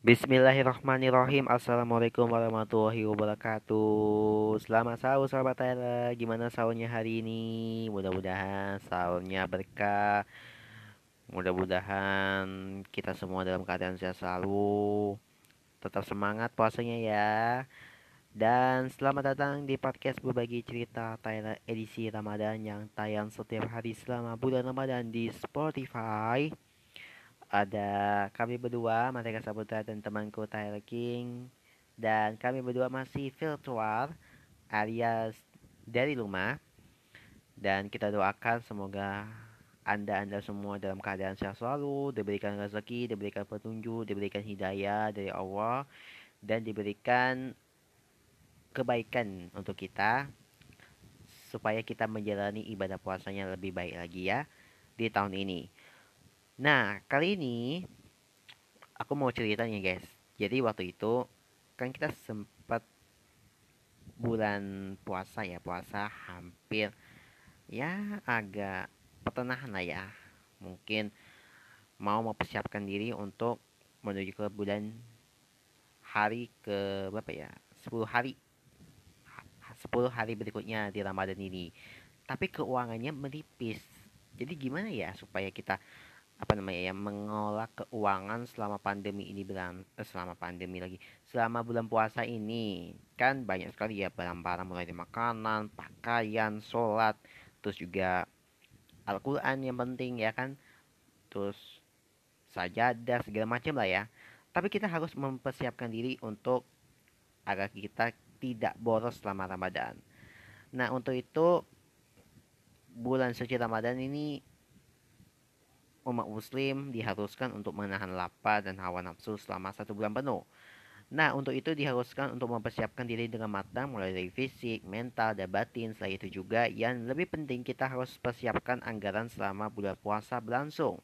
Bismillahirrahmanirrahim. Assalamualaikum warahmatullahi wabarakatuh. Selamat sahur sahabat Tyler. Gimana sahurnya hari ini? Mudah-mudahan sahurnya berkah. Mudah-mudahan kita semua dalam keadaan sehat selalu. Tetap semangat puasanya ya. Dan selamat datang di podcast berbagi cerita Tyler edisi Ramadan yang tayang setiap hari selama bulan Ramadan di Spotify. Ada kami berdua, Mateka Saputra dan temanku Tyler King. Dan kami berdua masih virtual alias dari rumah. Dan kita doakan semoga Anda semua dalam keadaan sehat selalu, diberikan rezeki, diberikan petunjuk, diberikan hidayah dari Allah, dan diberikan kebaikan untuk kita supaya kita menjalani ibadah puasanya lebih baik lagi ya di tahun ini. Nah, kali ini aku mau ceritanya guys. Jadi waktu itu kan kita sempat bulan puasa ya, puasa hampir ya agak pertengahan lah ya. Mungkin mau mempersiapkan diri untuk menuju ke bulan hari ke berapa ya? 10 hari 10 hari berikutnya di Ramadan ini. Tapi keuangannya menipis. Jadi gimana ya supaya kita apa namanya ya mengolah keuangan selama pandemi ini selama pandemi lagi selama bulan puasa ini kan banyak sekali ya barang-barang mulai dari makanan, pakaian, sholat, terus juga Al-Quran yang penting ya kan, terus sajadah segala macam lah ya. Tapi kita harus mempersiapkan diri untuk agar kita tidak boros selama Ramadan. Nah untuk itu bulan suci Ramadan ini umat muslim diharuskan untuk menahan lapar dan hawa nafsu selama 1 bulan penuh. Nah, untuk itu diharuskan untuk mempersiapkan diri dengan matang mulai dari fisik, mental, dan batin. Selain itu juga yang lebih penting kita harus persiapkan anggaran selama bulan puasa berlangsung.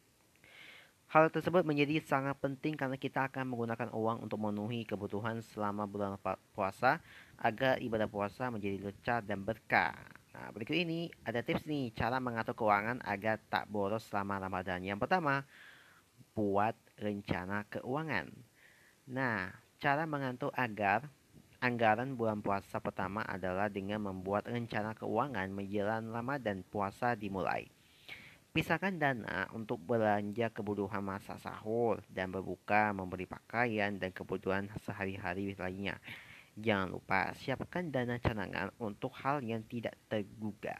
Hal tersebut menjadi sangat penting karena kita akan menggunakan uang untuk memenuhi kebutuhan selama bulan puasa agar ibadah puasa menjadi lancar dan berkah. Nah, berikut ini ada tips nih cara mengatur keuangan agar tak boros selama Ramadan. Yang pertama, buat rencana keuangan. Nah, cara mengatur agar anggaran bulan puasa pertama adalah dengan membuat rencana keuangan menjelang Ramadan puasa dimulai. Pisahkan dana untuk belanja kebutuhan masa sahur dan berbuka, membeli pakaian, dan kebutuhan sehari-hari lainnya. Jangan lupa siapkan dana cadangan untuk hal yang tidak terduga.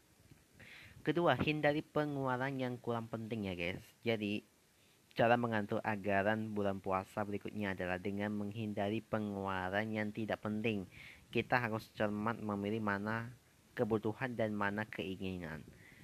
Kedua, hindari pengeluaran yang kurang penting ya guys. Jadi, cara mengatur anggaran bulan puasa berikutnya adalah dengan menghindari pengeluaran yang tidak penting. Kita harus cermat memilih mana kebutuhan dan mana keinginan.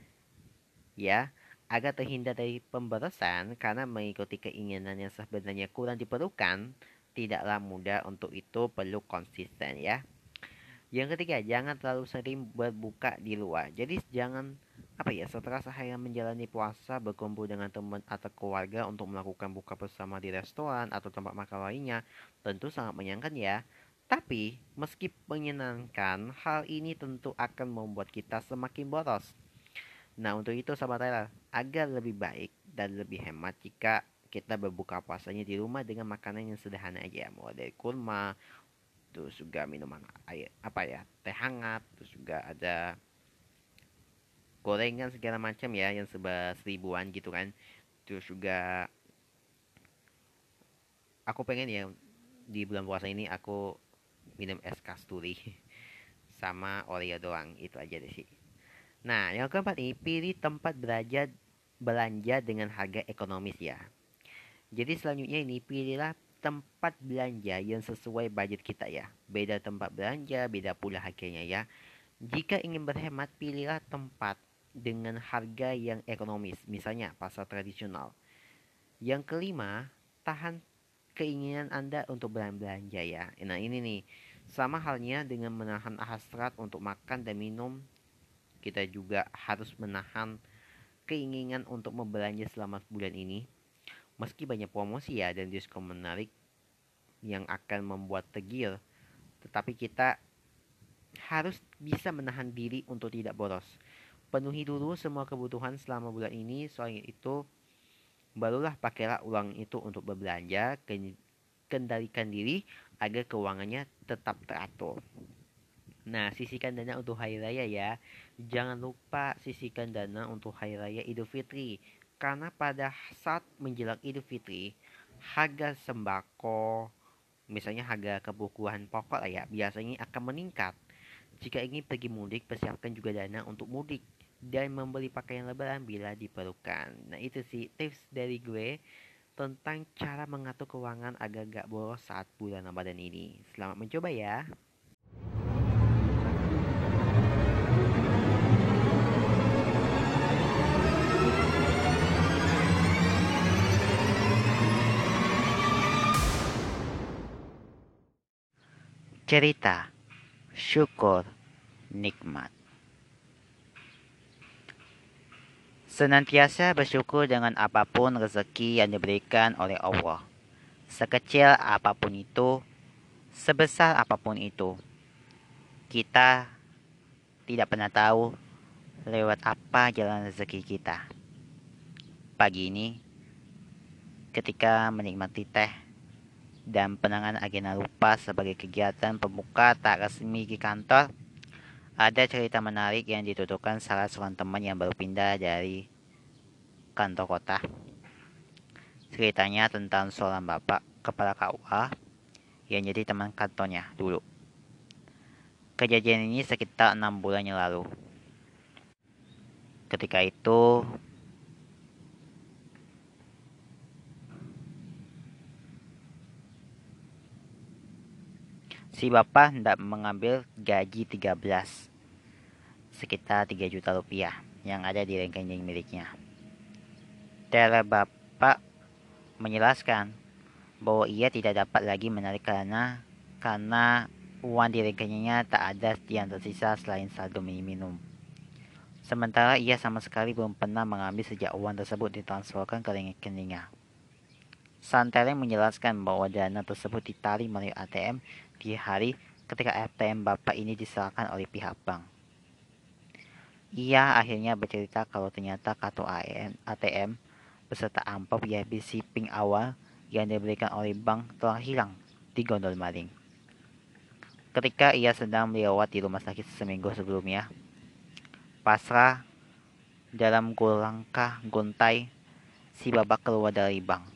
Ya, agar terhindar dari pemborosan karena mengikuti keinginan yang sebenarnya kurang diperlukan, tidaklah mudah, untuk itu perlu konsisten ya. Yang ketiga, jangan terlalu sering berbuka di luar. Jadi jangan apa ya, setelah seharian menjalani puasa berkumpul dengan teman atau keluarga untuk melakukan buka bersama di restoran atau tempat makan lainnya, tentu sangat menyenangkan ya. Tapi meski menyenangkan, hal ini tentu akan membuat kita semakin boros. Nah, untuk itu sahabat Tyler, agar lebih baik dan lebih hemat jika kita berbuka puasanya di rumah dengan makanan yang sederhana aja, mulai dari kurma, terus juga minuman air apa ya, teh hangat, terus juga ada gorengan segala macam ya yang sebesar ribuan gitu kan. Terus juga aku pengen ya di bulan puasa ini aku minum es kasturi sama Oreo doang, itu aja deh sih. Nah, yang keempat nih, pilih tempat belanja dengan harga ekonomis ya. Jadi selanjutnya ini pilihlah tempat belanja yang sesuai budget kita ya. Beda tempat belanja, beda pula harganya ya. Jika ingin berhemat, pilihlah tempat dengan harga yang ekonomis, misalnya pasar tradisional. Yang kelima, tahan keinginan Anda untuk belanja ya. Nah ini nih, sama halnya dengan menahan hasrat untuk makan dan minum, kita juga harus menahan keinginan untuk membelanja selama bulan ini. Meski banyak promosi ya dan diskon menarik yang akan membuat tegil, tetapi kita harus bisa menahan diri untuk tidak boros. Penuhi dulu semua kebutuhan selama bulan ini, soalnya itu barulah pakailah uang itu untuk berbelanja. kendalikan diri agar keuangannya tetap teratur. Nah, sisihkan dana untuk hari raya ya. Jangan lupa sisihkan dana untuk hari raya Idul Fitri. Karena pada saat menjelang Idul Fitri, harga sembako, misalnya harga kebutuhan pokok lah ya, biasanya akan meningkat. Jika ingin pergi mudik, persiapkan juga dana untuk mudik dan membeli pakaian lebaran bila diperlukan. Nah, itu sih tips dari gue tentang cara mengatur keuangan agar gak boros saat bulan Ramadan ini. Selamat mencoba ya. Cerita, syukur, nikmat. Senantiasa bersyukur dengan apapun rezeki yang diberikan oleh Allah. Sekecil apapun itu, sebesar apapun itu. Kita tidak pernah tahu lewat apa jalan rezeki kita. Pagi ini, ketika menikmati teh dan penanganan agenda lupa sebagai kegiatan pembuka tak resmi di kantor, ada cerita menarik yang dituturkan salah seorang teman yang baru pindah dari kantor kota. Ceritanya tentang seorang bapak kepala KUA yang jadi teman kantornya dulu. Kejadian ini sekitar 6 bulan yang lalu. Ketika itu, si bapak hendak mengambil gaji 13, sekitar 3 juta rupiah yang ada di rekening miliknya. Teller bapak menjelaskan bahwa ia tidak dapat lagi menarik karena uang di rekeningnya tak ada yang tersisa selain saldo minimum. Sementara ia sama sekali belum pernah mengambil sejak uang tersebut ditransferkan ke rekeningnya. Sang teller menjelaskan bahwa dana tersebut ditarik melalui ATM di hari ketika ATM bapak ini diserahkan oleh pihak bank. Ia akhirnya bercerita kalau ternyata kartu ATM beserta amplop yang berisi PIN awal yang diberikan oleh bank telah hilang di gondol maling. Ketika ia sedang melewati rumah sakit seminggu sebelumnya, pasrah dalam langkah gontai, si bapak keluar dari bank.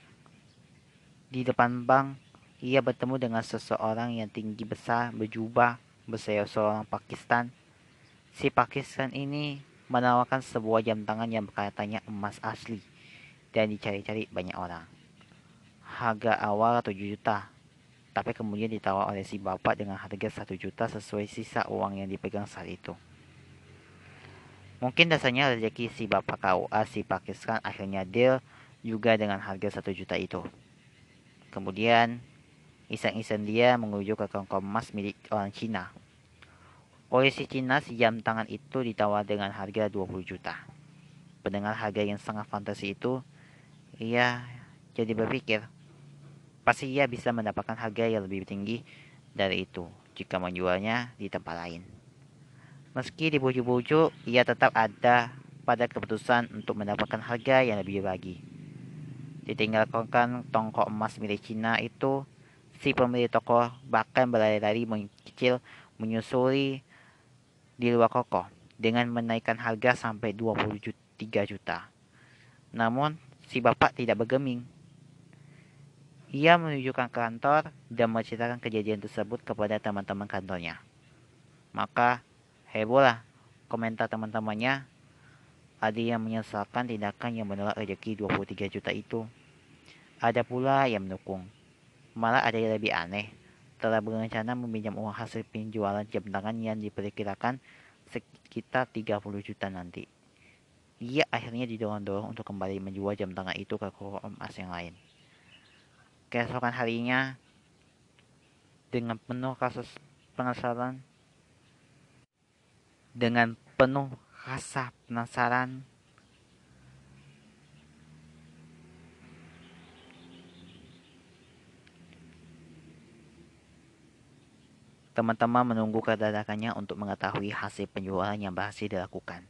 Di depan bank, ia bertemu dengan seseorang yang tinggi besar, berjubah, bersayap seorang Pakistan. Si Pakistan ini menawarkan sebuah jam tangan yang katanya emas asli dan dicari-cari banyak orang. Harga awal 7 juta, tapi kemudian ditawar oleh si bapak dengan harga 1 juta sesuai sisa uang yang dipegang saat itu. Mungkin dasarnya rezeki si bapak KUA si Pakistan akhirnya deal juga dengan harga 1 juta itu. Kemudian, iseng-iseng dia menuju ke toko emas milik orang Cina. Oleh si Cina, si jam tangan itu ditawar dengan harga 20 juta. Pendengar harga yang sangat fantasi itu, ia jadi berpikir, pasti ia bisa mendapatkan harga yang lebih tinggi dari itu jika menjualnya di tempat lain. Meski dibujuk-bujuk, ia tetap ada pada keputusan untuk mendapatkan harga yang lebih lagi. Ditinggalkan toko emas milik Cina itu, si pemilik toko bahkan berlari-lari mengicil menyusuri di luar toko dengan menaikkan harga sampai 23 juta. Namun, si bapak tidak bergeming. Ia menunjukkan kantor dan menceritakan kejadian tersebut kepada teman-teman kantornya. Maka, hebohlah komentar teman-temannya. Ada yang menyesalkan tindakan yang menolak rezeki 23 juta itu. Ada pula yang mendukung. Malah ada yang lebih aneh, telah berencana meminjam uang hasil penjualan jam tangan yang diperkirakan sekitar 30 juta nanti. Ia akhirnya didorong-dorong untuk kembali menjual jam tangan itu ke toko emas yang lain. Keesokan harinya, dengan penuh rasa penasaran, teman-teman menunggu kedatangannya untuk mengetahui hasil penjualan yang berhasil dilakukan.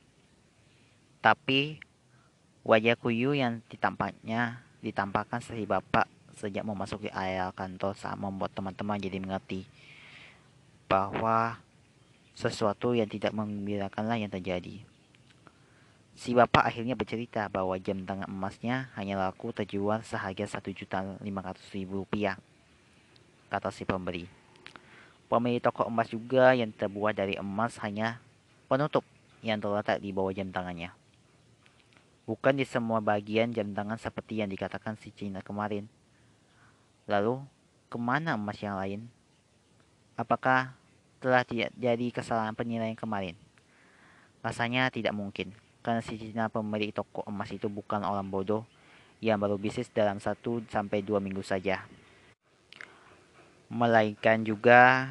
Tapi, wajah Kuyu yang ditampakkan si bapak sejak memasuki area kantor saat membuat teman-teman jadi mengerti bahwa sesuatu yang tidak menggembirakanlah yang terjadi. Si bapak akhirnya bercerita bahwa jam tangan emasnya hanya laku terjual seharga Rp1.500.000, kata si pembeli. Pemilik toko emas juga yang terbuat dari emas hanya penutup yang terletak di bawah jam tangannya. Bukan di semua bagian jam tangan seperti yang dikatakan si Cina kemarin. Lalu, kemana emas yang lain? Apakah telah jadi kesalahan penilaian kemarin? Rasanya tidak mungkin, karena si Cina pemilik toko emas itu bukan orang bodoh yang baru bisnis dalam 1-2 minggu saja. Melainkan juga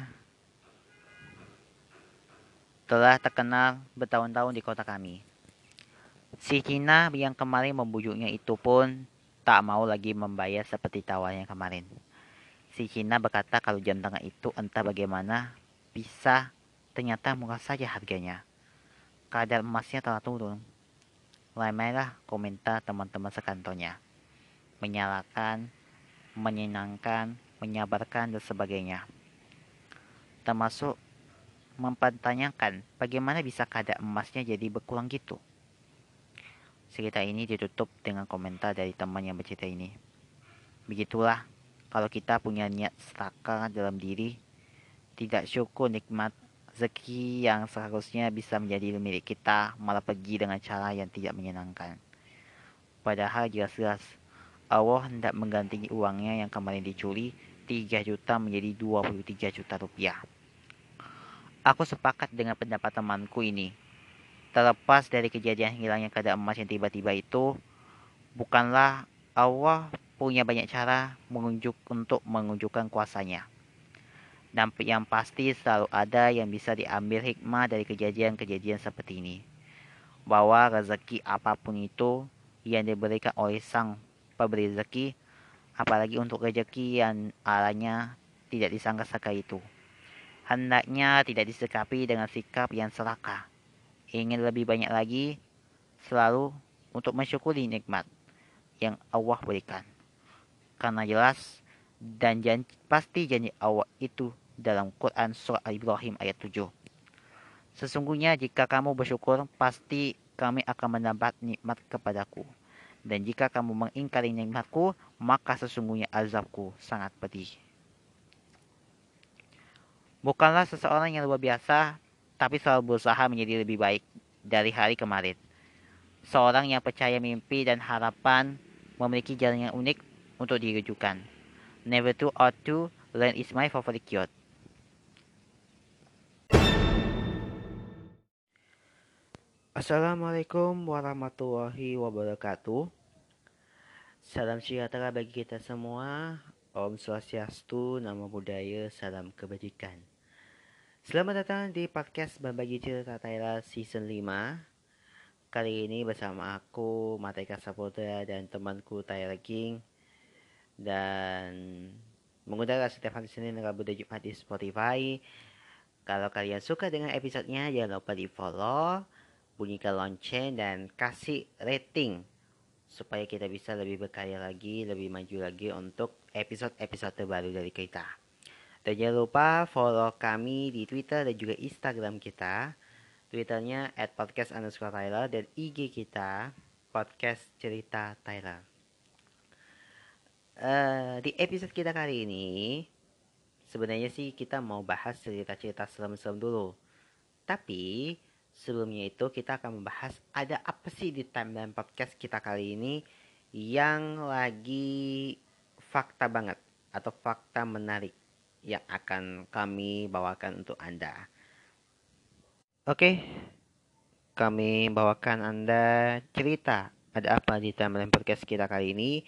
telah terkenal bertahun-tahun di kota kami. Si Cina yang kemarin membujuknya itu pun tak mau lagi membayar seperti tawaran yang kemarin. Si Cina berkata kalau jam tangan itu entah bagaimana bisa ternyata murah saja harganya. Kadar emasnya telah turun. Ramailah komentar teman-teman sekantornya. Menyalahkan, menyenangkan, menyabarkan, dan sebagainya. Termasuk mempertanyakan bagaimana bisa kadar emasnya jadi berkurang gitu. Cerita ini ditutup dengan komentar dari teman yang bercerita ini. Begitulah, kalau kita punya niat serakah dalam diri, tidak syukur nikmat rezeki yang seharusnya bisa menjadi milik kita, malah pergi dengan cara yang tidak menyenangkan. Padahal jelas-jelas Allah hendak mengganti uangnya yang kemarin dicuri 3 juta menjadi 23 juta rupiah. Aku sepakat dengan pendapat temanku ini. Terlepas dari kejadian hilangnya kadar emas yang tiba-tiba itu, bukanlah Allah punya banyak cara untuk menunjukkan kuasanya. Dan yang pasti selalu ada yang bisa diambil hikmah dari kejadian-kejadian seperti ini. Bahwa rezeki apapun itu yang diberikan oleh sang pemberi rezeki, apalagi untuk rezeki yang alanya tidak disangka-sangka itu, hendaknya tidak disikapi dengan sikap yang serakah. Ingin lebih banyak lagi, selalu untuk mensyukuri nikmat yang Allah berikan. Karena jelas dan pasti janji Allah itu dalam Quran Surah Ibrahim ayat 7. Sesungguhnya jika kamu bersyukur, pasti kami akan menambah nikmat kepadaku. Dan jika kamu mengingkari nikmatku, maka sesungguhnya azabku sangat pedih. Bukanlah seseorang yang luar biasa, tapi selalu berusaha menjadi lebih baik dari hari kemarin. Seorang yang percaya mimpi dan harapan memiliki jalan yang unik untuk dirujukan. Never too old to learn is my favorite quote. Assalamualaikum warahmatullahi wabarakatuh. Salam sejahtera bagi kita semua. Om Swastiastu, Namo Buddhaya, salam kebajikan. Selamat datang di podcast Berbagi Cerita Thailand Season 5. Kali ini bersama aku, Mateka Saputra, dan temanku Tyler King. Dan mengundang setiap hari Senin, Rabu, dan Jumat di Spotify. Kalau kalian suka dengan episodenya, jangan lupa di follow, bunyikan lonceng, dan kasih rating supaya kita bisa lebih berkarya lagi, lebih maju lagi untuk episode-episode terbaru dari kita. Dan jangan lupa follow kami di Twitter dan juga Instagram kita. Twitternya @podcast_Tyler dan IG kita podcast cerita Tyler. Di episode kita kali ini sebenarnya sih kita mau bahas cerita-cerita serem-serem dulu. Tapi sebelumnya itu kita akan membahas ada apa sih di timeline podcast kita kali ini yang lagi fakta banget atau fakta menarik yang akan kami bawakan untuk Anda. Oke, kami bawakan Anda cerita ada apa di timeline podcast kita kali ini.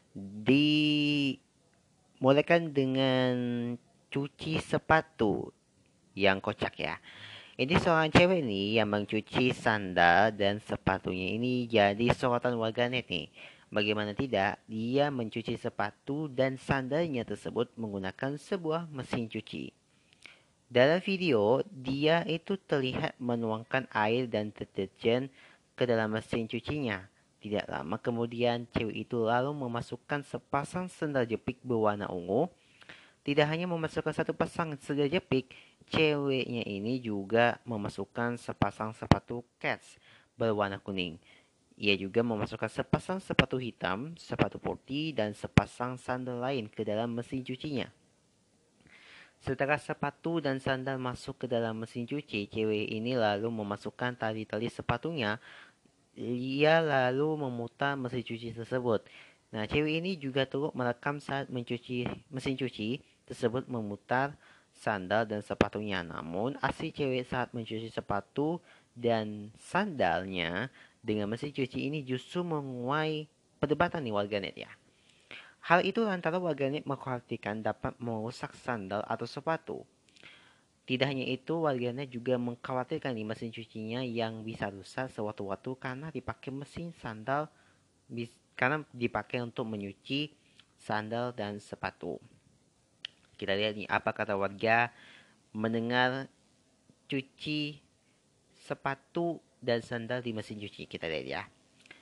Dimulaikan dengan cuci sepatu yang kocak ya. Ini seorang cewek nih yang mencuci sandal dan sepatunya ini jadi sorotan warganet nih. Bagaimana tidak, dia mencuci sepatu dan sandalnya tersebut menggunakan sebuah mesin cuci. Dalam video, dia itu terlihat menuangkan air dan deterjen ke dalam mesin cucinya Tidak lama kemudian, cewek itu lalu memasukkan sepasang sendal jepit berwarna ungu. Tidak hanya memasukkan satu pasang sendal jepit, ceweknya ini juga memasukkan sepasang sepatu kets berwarna kuning. Ia juga memasukkan sepasang sepatu hitam, sepatu putih, dan sepasang sandal lain ke dalam mesin cucinya. Setelah sepatu dan sandal masuk ke dalam mesin cuci, cewek ini lalu memasukkan tali-tali sepatunya. Ia lalu memutar mesin cuci tersebut. Nah, cewek ini juga turut merekam saat mencuci mesin cuci tersebut memutar sandal dan sepatunya. Namun, aksi cewek saat mencuci sepatu dan sandalnya dengan mesin cuci ini justru menuai perdebatan nih warganet ya. Hal itu lantaran warganet mengkhawatirkan dapat merusak sandal atau sepatu. Tidak hanya itu, warganet juga mengkhawatirkan di mesin cucinya yang bisa rusak sewaktu-waktu karena dipakai mesin sandal karena dipakai untuk menyuci sandal dan sepatu. Kita lihat nih apa kata warga mendengar cuci sepatu dan sandal di mesin cuci. Kita lihat ya.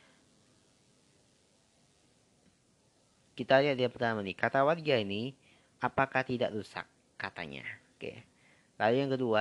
Kita lihat yang pertama nih. Kata warga ini, apakah tidak rusak? Katanya. Oke. Lalu yang kedua,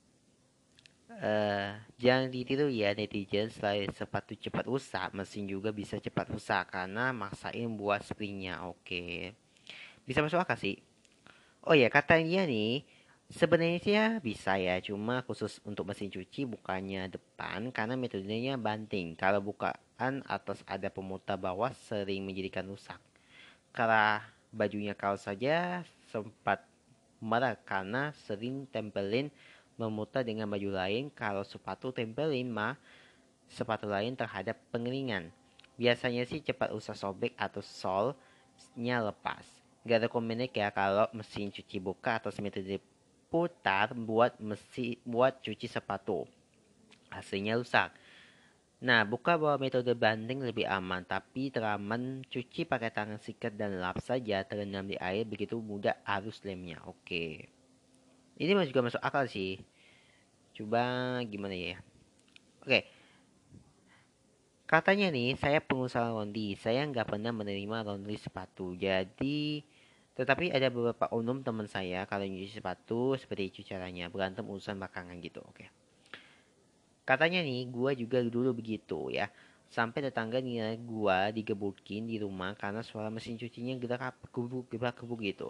jangan ditiru ya netizen, selain sepatu cepat rusak, mesin juga bisa cepat rusak karena maksain buat springnya. Oke. Bisa masuk akal sih. Oh ya, katanya nih, sebenarnya bisa ya, cuma khusus untuk mesin cuci bukannya depan karena metodenya banting. Kalau bukaan atas ada pemutar bawah sering menjadikan rusak. Kalau bajunya kaos saja sempat marah karena sering tempelin memutar dengan baju lain. Kalau sepatu tempelin sepatu lain terhadap pengeringan. Biasanya sih cepat usah sobek atau solnya lepas. Gak rekomendasi ya kalau mesin cuci buka atau metode putar buat cuci sepatu. Hasilnya rusak. Nah, buka bahwa metode banding lebih aman, tapi teraman cuci pakai tangan sikat dan lap saja terendam di air begitu mudah arus lemnya. Oke. Ini juga masuk akal sih. Coba gimana ya? Oke. Katanya nih, saya pengusaha laundry. Saya nggak pernah menerima laundry sepatu. Jadi, tetapi ada beberapa oknum teman saya kalau nyuci sepatu seperti itu caranya. Berantem urusan belakangan gitu. Oke. Katanya nih, gua juga dulu begitu ya. Sampai tetangga nilai gua digebukin di rumah karena suara mesin cucinya gerak gebuk gitu.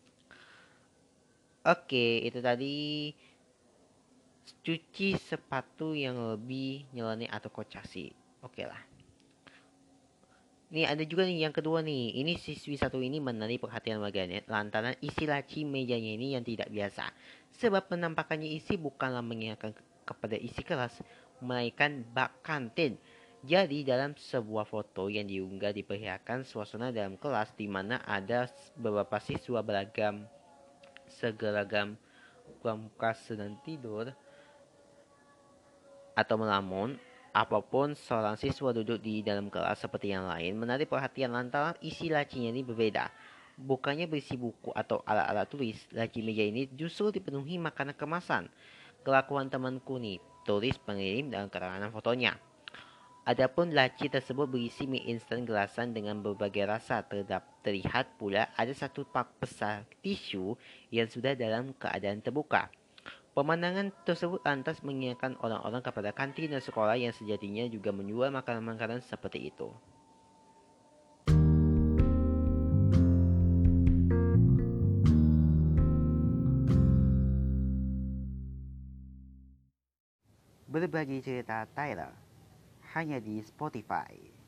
Oke, itu tadi cuci sepatu yang lebih nyeleneh atau kocak sih. Oke lah. Nih ada juga nih yang kedua nih. Ini siswi satu ini menarik perhatian warganet lantaran isi laci mejanya ini yang tidak biasa. Sebab penampakannya isi bukanlah mengingatkan kepada isi kelas, melainkan bak kantin. Jadi dalam sebuah foto yang diunggah diperlihatkan suasana dalam kelas di mana ada beberapa siswa beragam segeragam muka sedang tidur atau melamun. Apapun seorang siswa duduk di dalam kelas seperti yang lain menarik perhatian lantaran isi lacinya ini berbeda. Bukannya berisi buku atau alat-alat tulis, laci meja ini justru dipenuhi makanan kemasan. Kelakuan temanku nih, tulis pengirim dalam keterangan fotonya. Adapun laci tersebut berisi mie instan gelasan dengan berbagai rasa. Terlihat pula ada satu pak besar tisu yang sudah dalam keadaan terbuka. Pemandangan tersebut lantas mengingatkan orang-orang kepada kantin dan sekolah yang sejatinya juga menjual makanan-makanan seperti itu. Berbagi cerita Tyler hanya di Spotify.